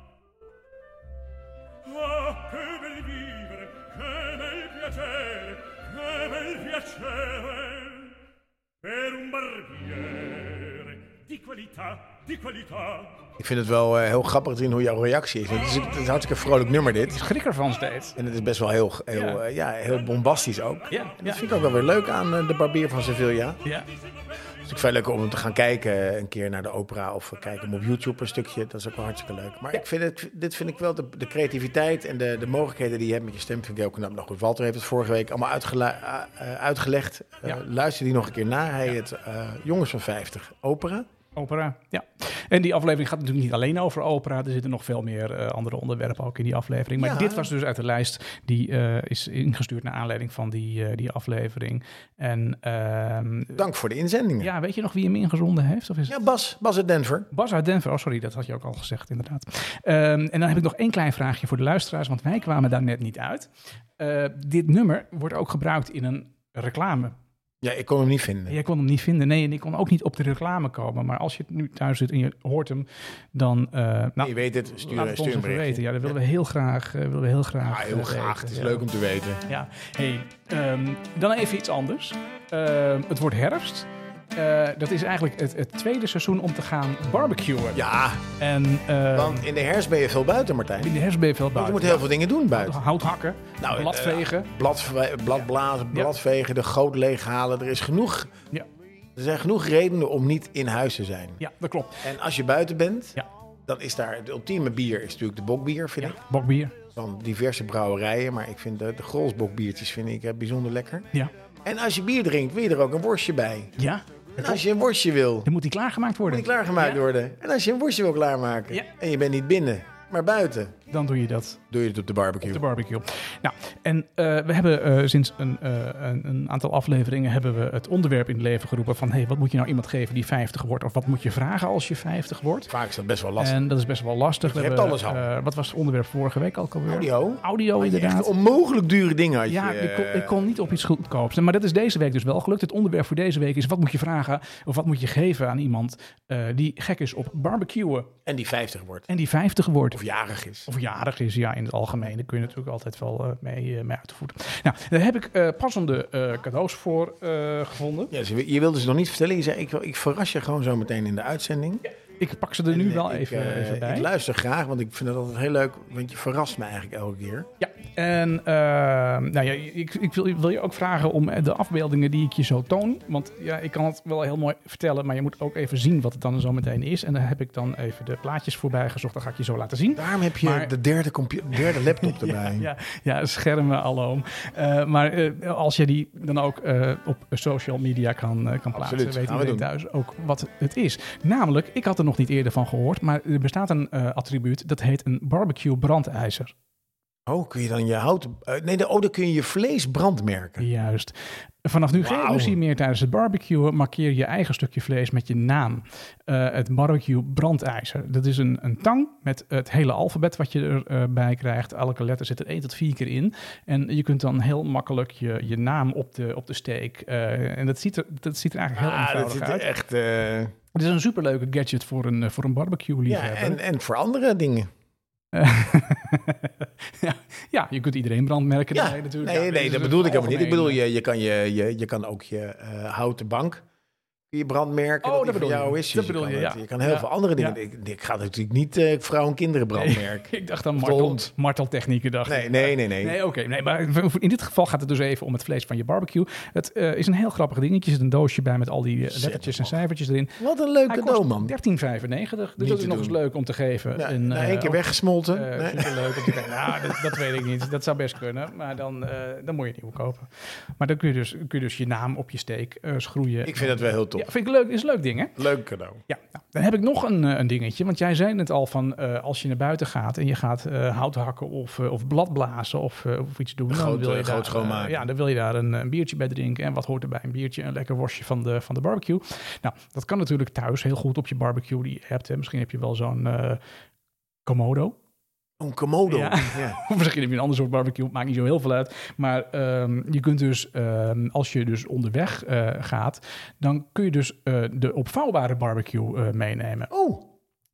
Ah, che bel vivere, che bel piacere, che bel piacere. Per un barbiere di qualità, di qualità. Ik vind het wel heel grappig te zien hoe jouw reactie is. Want het is een hartstikke vrolijk nummer dit. Ik schrik ervan steeds. En het is best wel heel bombastisch ook. Ja, En ja. dat vind ik ook wel weer leuk aan De Barbier van Sevilla. Ja. Dus ik vind het leuk om hem te gaan kijken een keer naar de opera of kijken hem op YouTube een stukje. Dat is ook wel hartstikke leuk. Maar dit vind ik wel de creativiteit en de mogelijkheden die je hebt met je stem vind ik heel knap. Nou goed, Walter heeft het vorige week allemaal uitgelegd. Luister die nog een keer na. Hij heet Jongens van 50 opera. Opera, ja. En die aflevering gaat natuurlijk niet alleen over opera. Er zitten nog veel meer andere onderwerpen ook in die aflevering. Maar dit was dus uit de lijst die is ingestuurd naar aanleiding van die aflevering. En, Dank voor de inzendingen. Ja, weet je nog wie hem ingezonden heeft? Of is het... Ja, Bas uit Denver. Bas uit Denver, oh sorry, dat had je ook al gezegd inderdaad. En dan heb ik nog één klein vraagje voor de luisteraars, want wij kwamen daar net niet uit. Dit nummer wordt ook gebruikt in een reclame. Ja, ik kon hem niet vinden. Jij kon hem niet vinden, nee, en ik kon ook niet op de reclame komen. Maar als je het nu thuis zit en je hoort hem, dan... je weet het, stuur laat het ons een even berichtje. weten. Ja, dat willen we heel graag. Ja, heel graag. weten. Het is Ja. leuk om te weten. Ja, hey, dan even iets anders. Het wordt herfst. Dat is eigenlijk het tweede seizoen om te gaan barbecuen. Ja, En, want in de herfst ben je veel buiten, Martijn. in de herfst ben je veel Want buiten. je moet heel veel dingen doen buiten. Hout hakken, blad vegen. Blad blazen, blad vegen, de goot leeghalen. Er is genoeg. Ja. Er zijn genoeg redenen om niet in huis te zijn. Ja, dat klopt. En als je buiten bent, Ja. dan is daar het ultieme bier is natuurlijk de bokbier, vind ik. Bokbier. Van diverse brouwerijen, maar ik vind de Grolsbokbiertjes vind ik bijzonder lekker. Ja. En als je bier drinkt, wil je er ook een worstje bij. Ja. En als je een worstje wil, Dan moet die klaargemaakt worden. moet die klaargemaakt Ja. worden. En als je een worstje wil klaarmaken Ja. en je bent niet binnen, maar buiten, Dan doe je dat. doe je het op de barbecue. De barbecue. Nou, en we hebben sinds een aantal afleveringen hebben we het onderwerp in het leven geroepen van hey, wat moet je nou iemand geven die 50 wordt? Of wat moet je vragen als je 50 wordt? Vaak is dat best wel lastig. En dat is best wel lastig. Je We hebt hebben, alles al. wat was het onderwerp vorige week al alweer? Audio. Audio, Had je inderdaad. echt onmogelijk dure dingen had je. Ja, ik kon niet op iets goedkoops. Maar dat is deze week dus wel gelukt. Het onderwerp voor deze week is wat moet je vragen of wat moet je geven aan iemand die gek is op barbecuen En die 50 wordt. en die 50 wordt. Of jarig is. Of jarig is, ja, in het algemeen. Daar kun je natuurlijk altijd wel mee uitvoeren. Nou, daar heb ik passende cadeaus voor gevonden. Ja, dus je wilde ze nog niet vertellen. Je zei, ik verras je gewoon zo meteen in de uitzending. Ik pak ze er nu wel Ik, even bij. Ik luister graag, want ik vind het altijd heel leuk. Want je verrast me eigenlijk elke keer. Ja, en nou ja, ik wil je ook vragen om de afbeeldingen die ik je zo toon. Want ja, ik kan het wel heel mooi vertellen, maar je moet ook even zien wat het dan zo meteen is. En daar heb ik dan even de plaatjes voorbij gezocht. Dat ga ik je zo laten zien. Daarom heb je Maar- de derde laptop erbij. Ja, schermen alom. Maar als je die dan ook op social media kan plaatsen, Absoluut, weet gaan we iedereen doen. thuis ook wat het is. Namelijk, ik had er nog niet eerder van gehoord, maar er bestaat een attribuut dat heet een barbecue brandijzer. Oh, kun je dan je hout... dan kun je je vlees brandmerken. Juist. Vanaf nu geen Wauw. ruzie meer tijdens het barbecuen. Markeer je eigen stukje vlees met je naam. Het barbecue brandijzer. Dat is een tang met het hele alfabet wat je erbij krijgt. Elke letter zit er 1 tot 4 keer in. En je kunt dan heel makkelijk je naam op de steek. En dat ziet er eigenlijk heel Dat eenvoudig ziet er uit. echt... Het is een superleuke gadget voor een barbecue ja, liefhebber. en voor andere dingen. Ja, je kunt iedereen brandmerken. Ja, erbij natuurlijk. nee, Ja, dit is dat het bedoel ik helemaal niet. Ik bedoel, algemene. je kan ook je houten bank je brandmerken. Oh, dat dat die voor bedoel je. jou is. Dat Dus bedoel je, ja. Je kan heel Ja. veel andere dingen. Ja. Ik ga natuurlijk niet vrouw- en kinderen brandmerken. Ik dacht aan Of de hond. marteltechnieken. Dacht ik. Nee. Nee, oké. Nee, maar in dit geval gaat het dus even om het vlees van je barbecue. Het is een heel grappig dingetje. Er zit een doosje bij met al die lettertjes en cijfertjes erin. Wat een leuk Hij cadeau, kost man. €13,95. Dus Niet dat is te nog eens doen. leuk om te geven. Ja, En, één keer ook, weggesmolten. Nee. superleuk om te geven. Nou, dat weet ik niet. Dat zou best kunnen. Maar dan moet je een nieuwe kopen. Maar dan kun je dus je naam op je steek schroeien. Ik vind dat wel heel tof. Ja, vind ik leuk. Is een leuk ding, hè? Leuk cadeau. Ja, nou, dan heb ik nog een dingetje. Want jij zei net al van als je naar buiten gaat en je gaat hout hakken of blad blazen of iets doen. Dan wil je daar, Groot schoonmaken. dan wil je daar een biertje bij drinken. En wat hoort erbij? Een biertje, een lekker worstje van de barbecue. Nou, dat kan natuurlijk thuis heel goed op je barbecue die je hebt. Hè. Misschien heb je wel zo'n Komodo. Een Komodo. Ja. Ja. Of misschien heb je een ander soort barbecue, maakt niet zo heel veel uit. Maar je kunt dus, als je dus onderweg gaat, dan kun je dus de opvouwbare barbecue meenemen. Oh,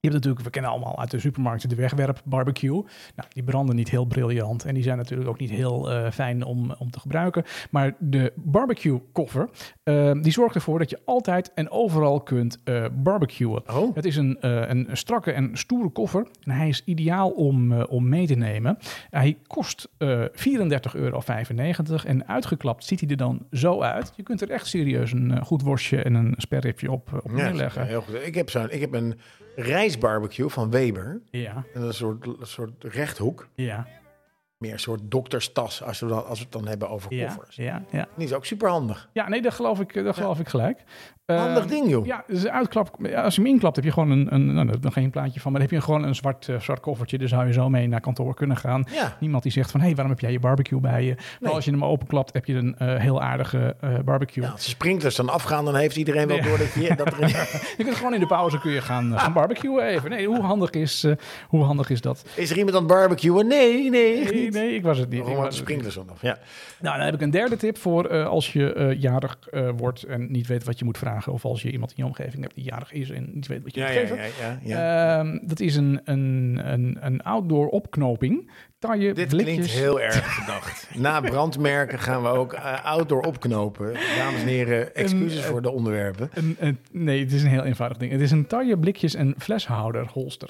Je hebt natuurlijk, we kennen allemaal uit de supermarkt de wegwerp barbecue. Nou, die branden niet heel briljant en die zijn natuurlijk ook niet heel fijn om te gebruiken. Maar de barbecue koffer, die zorgt ervoor dat je altijd en overal kunt barbecuen. Oh. Het is een strakke en stoere koffer en hij is ideaal om mee te nemen. Hij kost €34,95 en uitgeklapt ziet hij er dan zo uit. Je kunt er echt serieus een goed worstje en een sperripje op neerleggen. Heel goed. Ik heb een rijstbarbecue van Weber. Ja, En een soort rechthoek. ja, Meer een soort dokterstas als we het dan hebben over ja, koffers. ja, ja. Die is ook super handig. Ja, nee, dat geloof ik gelijk. Handig ding, joh. Ja, dus de uitklap, als je hem inklapt, heb je gewoon dan geen plaatje van, maar dan heb je gewoon een zwart koffertje. Daar zou je zo mee naar kantoor kunnen gaan. Ja. Niemand die zegt van, waarom heb jij je barbecue bij je? Maar als je hem openklapt, heb je een heel aardige barbecue. Ja, als de sprinklers dan afgaan, dan heeft iedereen wel door dat dat er Je kunt gewoon in de pauze gaan barbecuen even. Nee, hoe handig is dat? Is er iemand aan het barbecuen? Nee, Nee, ik was het niet. Gewoon de sprinklers vanaf. Ja. Nou, dan heb ik een derde tip voor als je jarig wordt en niet weet wat je moet vragen. Of als je iemand in je omgeving hebt die jarig is en niet weet wat je moet geven. Ja. Dat is een outdoor opknoping. Taille, Dit blikjes. klinkt heel erg gedacht. Na brandmerken gaan we ook outdoor opknopen. Dames en heren, excuses voor de onderwerpen. Nee, het is een heel eenvoudig ding. Het is een taille, blikjes en fleshouder holster.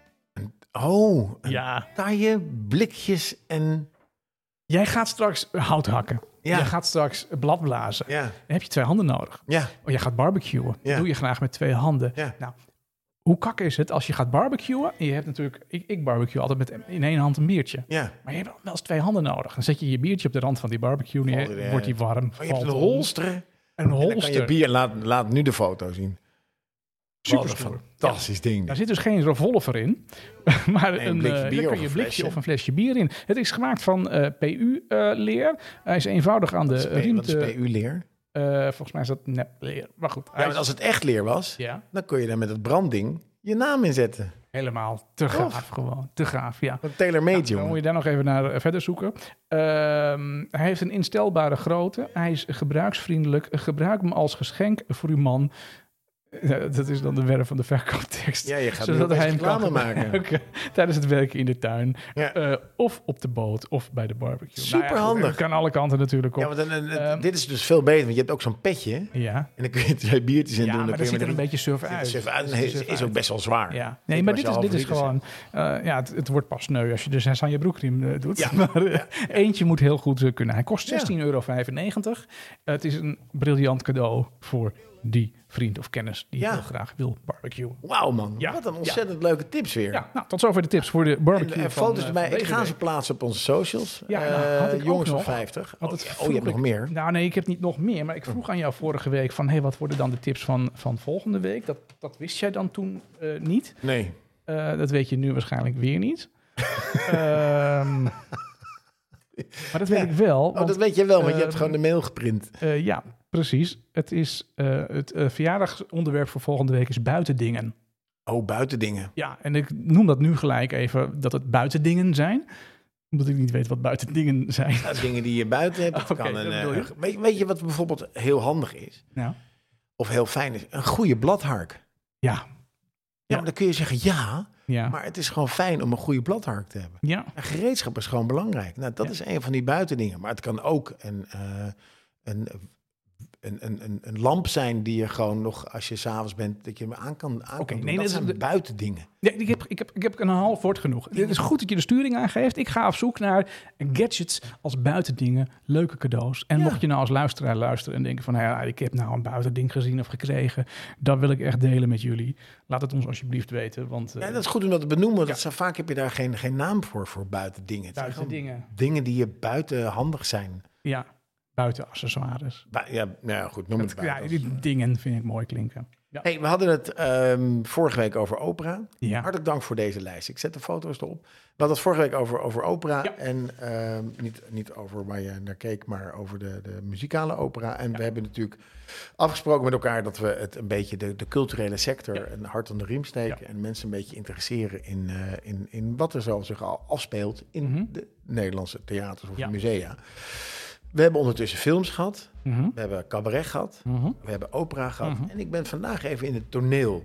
Ja. Taille, blikjes en... Jij gaat straks hout hakken. Ja. Jij gaat straks blad blazen. Ja. Dan heb je 2 handen nodig. Ja. Oh, jij gaat barbecuen. Ja. Dat doe je graag met 2 handen. Ja. Nou, hoe kak is het als je gaat barbecuen? En je hebt natuurlijk... Ik barbecue altijd met in 1 hand een biertje. Ja. Maar je hebt wel eens 2 handen nodig. Dan zet je je biertje op de rand van die barbecue neer. Wordt die warm. Oh, je hebt een valt holster. Een En dan kan holster. je bier... Laat nu de foto zien. Super Wat een stoer. fantastisch ding. Daar zit dus geen revolver in, maar een blikje bier daar kan of je een een blikje flesje. of een flesje bier in. Het is gemaakt van PU-leer. Hij is eenvoudig aan de riem Wat is PU-leer? volgens mij is dat nepleer. Maar goed, Ja, want als het echt leer was, ja, dan kun je daar met het brandding je naam in zetten. helemaal te gaaf gewoon. Te gaaf, ja. Een tailor-made, Dan jongen. moet je daar nog even naar verder zoeken. Hij heeft een instelbare grootte. Hij is gebruiksvriendelijk. Gebruik hem als geschenk voor uw man. Ja, dat is dan de werf van de verkooptekst. Ja, je gaat Zodat nu hij hij hem kan reclame maken. gebruiken tijdens het werken in de tuin. Ja. Of op de boot of bij de barbecue. Superhandig. Het kan alle kanten natuurlijk op. Ja, want dit is dus veel beter, want je hebt ook zo'n petje. Ja, En dan kun je 2 biertjes in doen. maar Dan daar kun je ziet er met een beetje surf uit. Het Het is ook best wel zwaar. Ja, nee, maar Zeker als je dit is halve liter gewoon... het wordt pas sneu als je de 6 aan je broekriem doet. Ja. Maar eentje moet heel goed kunnen. Hij kost €16,95. Het is een briljant cadeau voor die vriend of kennis die heel graag wil barbecuen. Wauw, man. Ja. Wat een ontzettend leuke tips weer. Ja, nou, tot zover de tips voor de barbecue. En van, foto's erbij. van Ik ga deze ze plaatsen op onze socials. Ja, nou, had ik ook jongens nog. van 50. Want Oh, het je hebt nog meer. Nou nee, ik heb niet nog meer. Maar ik vroeg aan jou vorige week van... wat worden dan de tips van volgende week? Dat wist jij dan toen niet. Nee. Dat weet je nu waarschijnlijk weer niet. Maar dat weet ik wel. Oh, Want, dat weet je wel, want je hebt gewoon de mail geprint. ja, precies. Het is het verjaardagsonderwerp voor volgende week is buitendingen. Oh, buitendingen. Ja, en ik noem dat nu gelijk even dat het buitendingen zijn. Omdat ik niet weet wat buitendingen zijn. Nou, dingen die je buiten hebt. Oké, Kan dat een, bedoel je. weet je wat bijvoorbeeld heel handig is? Ja. Of heel fijn is? Een goede bladhark. Ja. Ja, maar dan kun je zeggen ja, Ja. maar het is gewoon fijn om een goede bladhark te hebben. Ja. En gereedschap is gewoon belangrijk. Nou, dat is een van die buitendingen. Maar het kan ook een lamp zijn die je gewoon nog, als je 's avonds bent, dat je hem aan kan doen. nee, dat dat zijn is buitendingen. Ja, ik heb een half woord genoeg. Het is goed dat je de sturing aangeeft. Ik ga op zoek naar gadgets als buitendingen, leuke cadeaus. En mocht je nou als luisteraar luisteren en denken van... ik heb nou een buitending gezien of gekregen... dat wil ik echt delen met jullie. Laat het ons alsjeblieft weten. Want, Ja, dat is goed om dat te benoemen. Want vaak heb je daar geen naam voor buitendingen. Het zijn gewoon buitendingen. dingen die je buiten handig zijn. Ja, buitenaccessoires. Goed, noem het Ja, buiten. die dingen vind ik mooi klinken. Ja. Hey, we hadden het vorige week over opera. Ja. Hartelijk dank voor deze lijst. Ik zet de foto's erop. We hadden het vorige week over opera. Ja. En niet over waar je naar keek, maar over de muzikale opera. En we hebben natuurlijk afgesproken met elkaar dat we het een beetje de culturele sector een hart aan de riem steken. Ja. En mensen een beetje interesseren in wat er zo zich al afspeelt in de Nederlandse theaters of musea. We hebben ondertussen films gehad. We hebben cabaret gehad. We hebben opera gehad. En ik ben vandaag even in het toneel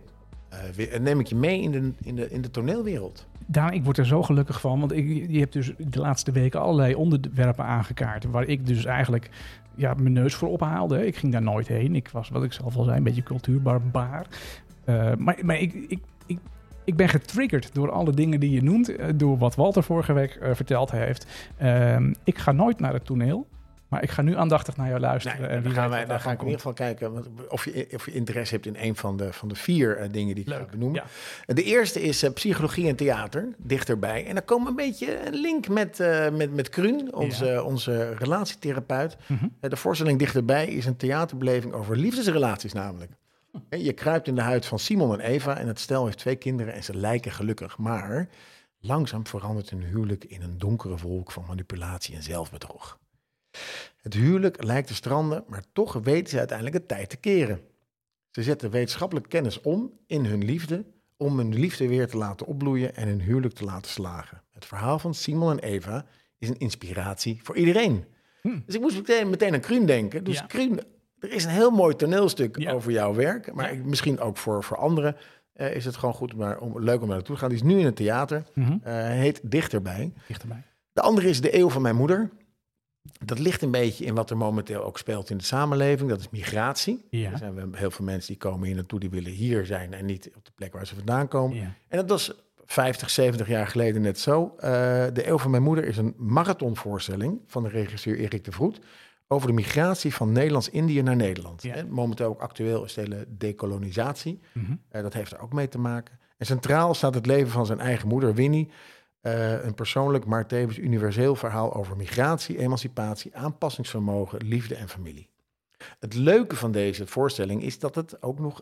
neem ik je mee in de toneelwereld. Daan, ik word er zo gelukkig van, want je hebt dus de laatste weken allerlei onderwerpen aangekaart, waar ik dus eigenlijk mijn neus voor ophaalde. Ik ging daar nooit heen. Ik was, wat ik zelf al zei, een beetje cultuurbarbaar. Maar ik ben getriggerd door alle dingen die je noemt, door wat Walter vorige week verteld heeft. Ik ga nooit naar het toneel. Maar ik ga nu aandachtig naar jou luisteren. Dan ga ik in ieder geval kijken of je interesse hebt in een van de 4 dingen die ik ga benoemen. Ja. De eerste is psychologie en theater, dichterbij. En dan komt een beetje een link met Kruun, onze relatietherapeut. Mm-hmm. De voorstelling Dichterbij is een theaterbeleving over liefdesrelaties namelijk. Je kruipt in de huid van Simon en Eva en het stel heeft 2 kinderen en ze lijken gelukkig. Maar langzaam verandert hun huwelijk in een donkere wolk van manipulatie en zelfbedrog. Het huwelijk lijkt te stranden, maar toch weten ze uiteindelijk het tijd te keren. Ze zetten wetenschappelijk kennis om hun liefde weer te laten opbloeien en hun huwelijk te laten slagen. Het verhaal van Simon en Eva is een inspiratie voor iedereen. Dus ik moest meteen aan Kruun denken. Dus Kruun, er is een heel mooi toneelstuk over jouw werk, maar misschien ook voor anderen is het gewoon goed leuk om naar naartoe te gaan. Die is nu in het theater, heet Dichterbij. De andere is De Eeuw van Mijn Moeder. Dat ligt een beetje in wat er momenteel ook speelt in de samenleving. Dat is migratie. Ja. Er zijn heel veel mensen die komen hier naartoe, die willen hier zijn en niet op de plek waar ze vandaan komen. Ja. En dat was 50, 70 jaar geleden net zo. De Eeuw van Mijn Moeder is een marathonvoorstelling van de regisseur Erik de Vroet over de migratie van Nederlands-Indië naar Nederland. Ja. Momenteel ook actueel is de hele dekolonisatie. Mm-hmm. Dat heeft er ook mee te maken. En centraal staat het leven van zijn eigen moeder, Winnie. Een persoonlijk, maar tevens universeel verhaal over migratie, emancipatie, aanpassingsvermogen, liefde en familie. Het leuke van deze voorstelling is dat het ook nog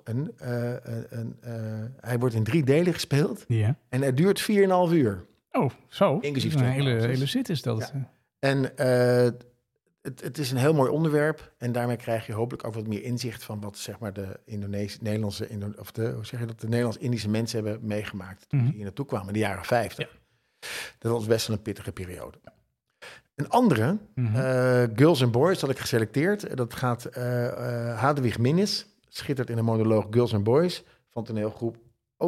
hij wordt in 3 delen gespeeld en het duurt 4,5 uur. Oh, zo. Inclusief een hele zit is dat. Ja. En het is een heel mooi onderwerp en daarmee krijg je hopelijk ook wat meer inzicht van wat zeg maar de Nederlands-Indische mensen hebben meegemaakt toen ze hier naartoe kwamen in de jaren 50. Ja. Dat was best wel een pittige periode. Een andere, Girls and Boys, had ik geselecteerd. Dat gaat Hadewig Minnis, schittert in de monoloog Girls and Boys van toneelgroep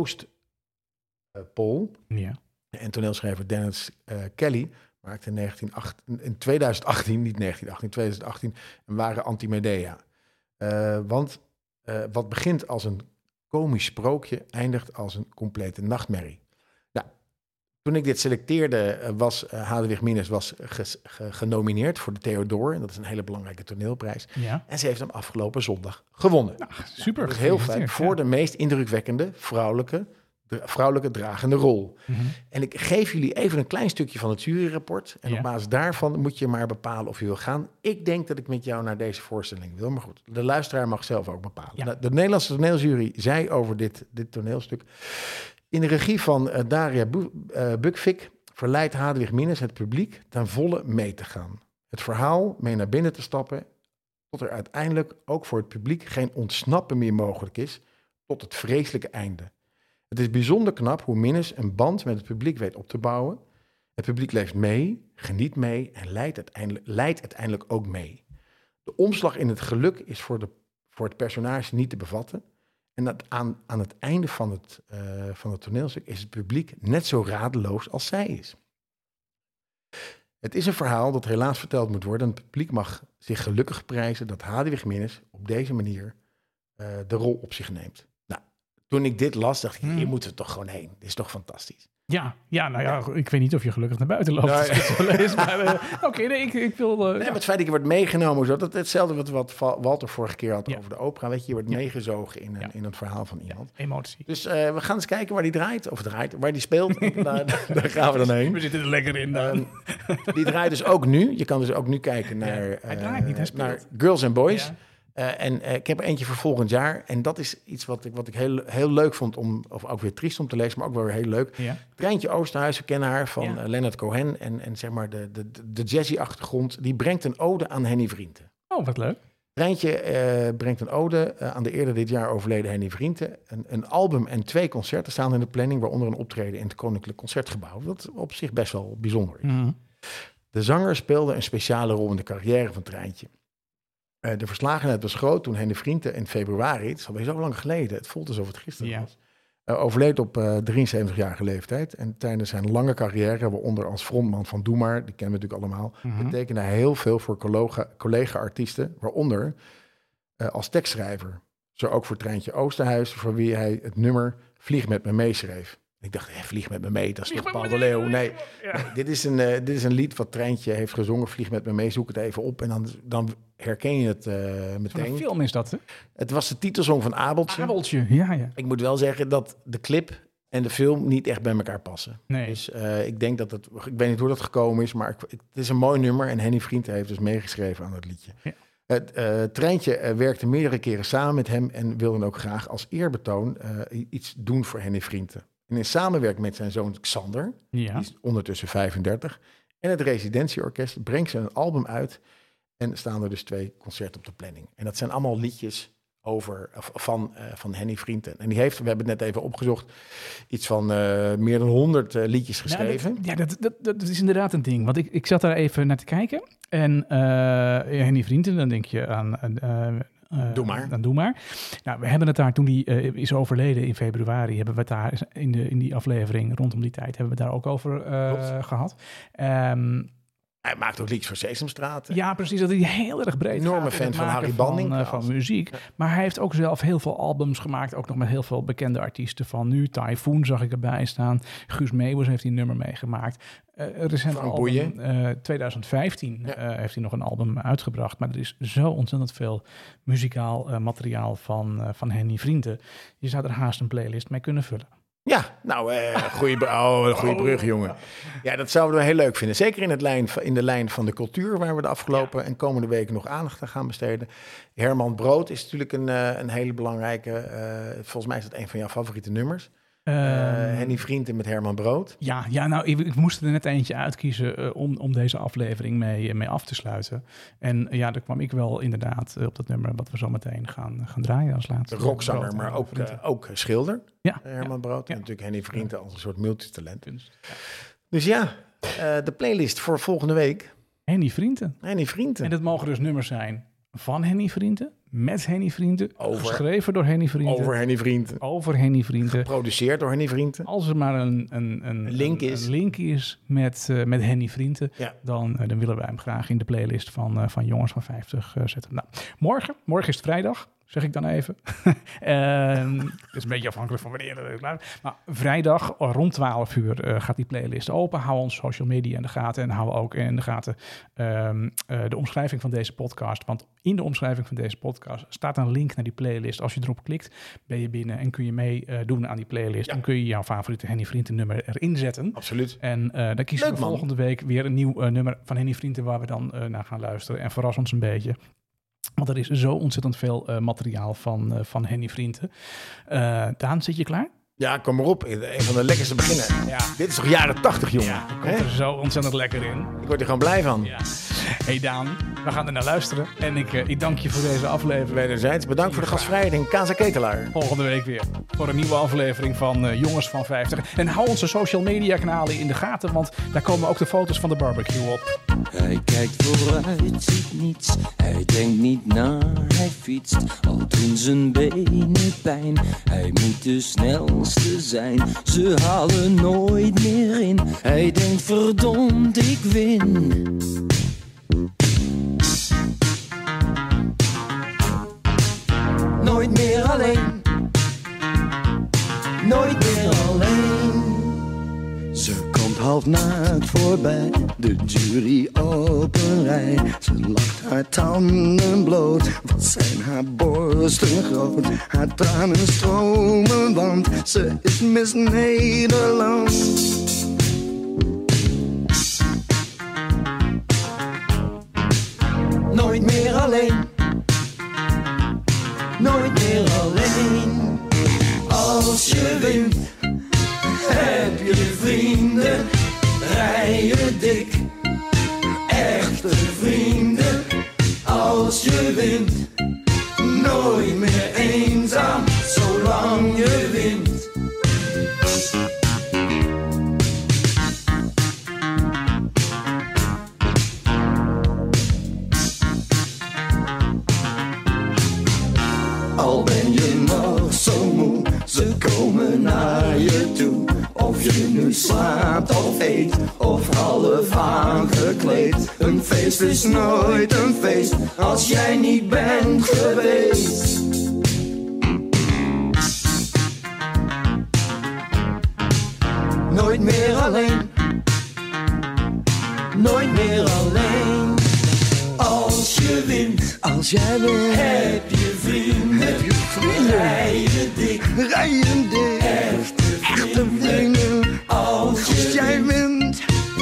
Oostpol. En toneelschrijver Dennis Kelly maakte in 2018, niet 1918, 2018, een ware anti-Medea. Want wat begint als een komisch sprookje, eindigt als een complete nachtmerrie. Toen ik dit selecteerde, was Hadewig Minnis genomineerd voor de Theodor. En dat is een hele belangrijke toneelprijs. Ja. En ze heeft hem afgelopen zondag gewonnen. Nou, super. Dat is heel fijn voor de meest indrukwekkende vrouwelijke dragende rol. Mm-hmm. En ik geef jullie even een klein stukje van het juryrapport. En op basis daarvan moet je maar bepalen of je wil gaan. Ik denk dat ik met jou naar deze voorstelling wil. Maar goed, de luisteraar mag zelf ook bepalen. Ja. De Nederlandse toneeljury zei over dit toneelstuk: in de regie van Daria Bukvik verleidt Hadewig Minnis het publiek ten volle mee te gaan. Het verhaal mee naar binnen te stappen, tot er uiteindelijk ook voor het publiek geen ontsnappen meer mogelijk is tot het vreselijke einde. Het is bijzonder knap hoe Minnis een band met het publiek weet op te bouwen. Het publiek leeft mee, geniet mee en leidt uiteindelijk ook mee. De omslag in het geluk is voor het personage niet te bevatten. En aan het einde van het toneelstuk is het publiek net zo radeloos als zij is. Het is een verhaal dat helaas verteld moet worden. En het publiek mag zich gelukkig prijzen dat Hadewig Minnis op deze manier de rol op zich neemt. Nou, toen ik dit las, dacht ik, hier moeten we toch gewoon heen. Dit is toch fantastisch. Ik weet niet of je gelukkig naar buiten loopt. Ik wil... met het feit dat je wordt meegenomen, dat hetzelfde wat Walter vorige keer had over de opera. Weet je wordt meegezogen in het verhaal van iemand. Ja, emotie. Dus we gaan eens kijken waar die waar die speelt. Daar gaan we dan heen. We zitten er lekker in. Die draait dus ook nu. Je kan dus ook nu kijken naar, naar Girls and Boys. Ja. Ik heb er eentje voor volgend jaar. En dat is iets wat ik heel leuk vond, of ook weer triest om te lezen, maar ook wel weer heel leuk. Ja. Treintje Oosterhuis, we kennen haar van Leonard Cohen. En zeg maar de jazzy-achtergrond, die brengt een ode aan Henny Vrienden. Oh, wat leuk. Treintje brengt een ode aan de eerder dit jaar overleden Henny Vrienden. Een album en 2 concerten staan in de planning, waaronder een optreden in het Koninklijk Concertgebouw. Dat op zich best wel bijzonder is. Mm. De zanger speelde een speciale rol in de carrière van Treintje. De verslagenheid was groot toen Henny Vrienden in februari, het is alweer zo lang geleden, het voelt alsof het gisteren was, Overleed op 73-jarige leeftijd. En tijdens zijn lange carrière, waaronder als frontman van Doe Maar, die kennen we natuurlijk allemaal, betekende hij heel veel voor collega-artiesten, waaronder als tekstschrijver. Zo ook voor Treintje Oosterhuis, voor wie hij het nummer Vlieg met me mee schreef. Ik dacht, Vlieg met me mee, dat is toch Paul de Leeuw? Nee, dit is een lied wat Treintje heeft gezongen, Vlieg met me mee, zoek het even op en dan herken je het meteen. Een film is dat, hè? Het was de titelsong van Abeltje. Abeltje, ja. Ik moet wel zeggen dat de clip en de film niet echt bij elkaar passen. Nee. Dus ik denk dat ik weet niet hoe dat gekomen is, maar het is een mooi nummer en Henny Vrienden heeft dus meegeschreven aan het liedje. Ja. Het Treintje werkte meerdere keren samen met hem en wilde ook graag als eerbetoon iets doen voor Henny Vrienden. En in samenwerking met zijn zoon Xander, die is ondertussen 35, en het Residentieorkest brengt ze een album uit en staan er dus 2 concerten op de planning. En dat zijn allemaal liedjes van Henny Vrienden. En die heeft, we hebben het net even opgezocht, iets van meer dan 100 liedjes geschreven. Dat is inderdaad een ding. Want ik zat daar even naar te kijken. En Henny Vrienden, dan denk je aan Doe Maar. Dan Doe Maar. Nou, we hebben het daar, toen die is overleden in februari, hebben we het daar in die aflevering rondom die tijd, hebben we het daar ook over gehad. Hij maakt ook liedjes voor Sesamstraat. Ja, precies. Dat hij heel erg breed enorme fan van Harry Banding. Van muziek. Ja. Maar hij heeft ook zelf heel veel albums gemaakt. Ook nog met heel veel bekende artiesten van nu. Typhoon zag ik erbij staan. Guus Meeuwis heeft hij een nummer meegemaakt. Recent album, 2015 heeft hij nog een album uitgebracht. Maar er is zo ontzettend veel muzikaal materiaal van Henny Vrienden. Je zou er haast een playlist mee kunnen vullen. Ja, nou, goede brug, jongen. Ja, dat zouden we heel leuk vinden. Zeker in de lijn van de cultuur, waar we de afgelopen en komende weken nog aandacht aan gaan besteden. Herman Brood is natuurlijk een hele belangrijke. Volgens mij is dat een van jouw favoriete nummers. Henny Vrienden met Herman Brood. Ja, nou, ik moest er net eentje uitkiezen om deze aflevering mee af te sluiten. En ja, daar kwam ik wel inderdaad op dat nummer wat we zo meteen gaan draaien als laatste. Rockzanger, maar ook schilder. Ja, Herman Brood. En natuurlijk Henny Vrienden als een soort multitalent. Dus ja, de playlist voor volgende week. Henny Vrienden. En dat mogen dus nummers zijn van Henny Vrienden, met Henny Vrienden, geschreven door Henny Vrienden. Over Henny Vrienden. Geproduceerd door Henny Vrienden. Als er maar een link is met Henny Vrienden, dan willen wij hem graag in de playlist van Jongens van 50 zetten. Nou, morgen is het vrijdag. Zeg ik dan even. Het is een beetje afhankelijk van wanneer het luistert. Maar vrijdag rond 12 uur gaat die playlist open. Hou ons social media in de gaten. En hou ook in de gaten de omschrijving van deze podcast. Want in de omschrijving van deze podcast staat een link naar die playlist. Als je erop klikt, ben je binnen en kun je meedoen aan die playlist. En kun je jouw favoriete Henny Vrienden nummer erin zetten. Absoluut. En dan kiezen we volgende week weer een nieuw nummer van Henny Vrienden waar we dan naar gaan luisteren. En verras ons een beetje. Want er is zo ontzettend veel materiaal van Henny Vrienden. Daan, zit je klaar? Ja, kom maar op. Een van de lekkerste beginnen. Ja. Dit is toch jaren 80, jongen? Ja, ik komt er zo ontzettend lekker in. Ik word er gewoon blij van. Ja. Hey Daan, we gaan er naar luisteren. En ik dank je voor deze aflevering. Wederzijds, bedankt voor de gastvrijheid in Kaas en Ketelaar. Volgende week weer voor een nieuwe aflevering van Jongens van 50. En hou onze social media kanalen in de gaten, want daar komen ook de foto's van de barbecue op. Hij kijkt vooruit, ziet niets. Hij denkt niet na, hij fietst. Al doen zijn benen pijn. Hij moet de snelste zijn. Ze halen nooit meer in. Hij denkt verdomd, ik win. Nooit meer alleen. Nooit meer alleen. Ze komt half naakt voorbij, de jury op een rij. Ze lacht haar tanden bloot, wat zijn haar borsten groot. Haar tranen stromen, want ze is Miss Nederland. Nooit meer alleen. Nooit meer alleen. Als je wint, heb je vrienden, rijden dik. Echte vrienden, als je wint. Nooit meer eenzaam, zolang je wint. naar je toe. Of je nu slaapt of eet, of half aangekleed. Een feest is nooit een feest, als jij niet bent geweest. Nooit meer alleen, nooit meer alleen. Als je wint, als jij wint, heb je vrienden, rijden dik, echte vrienden. Als jij wint,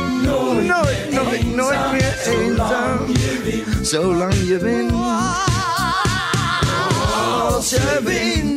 nooit meer eenzaam, zolang je wint. Als je wint.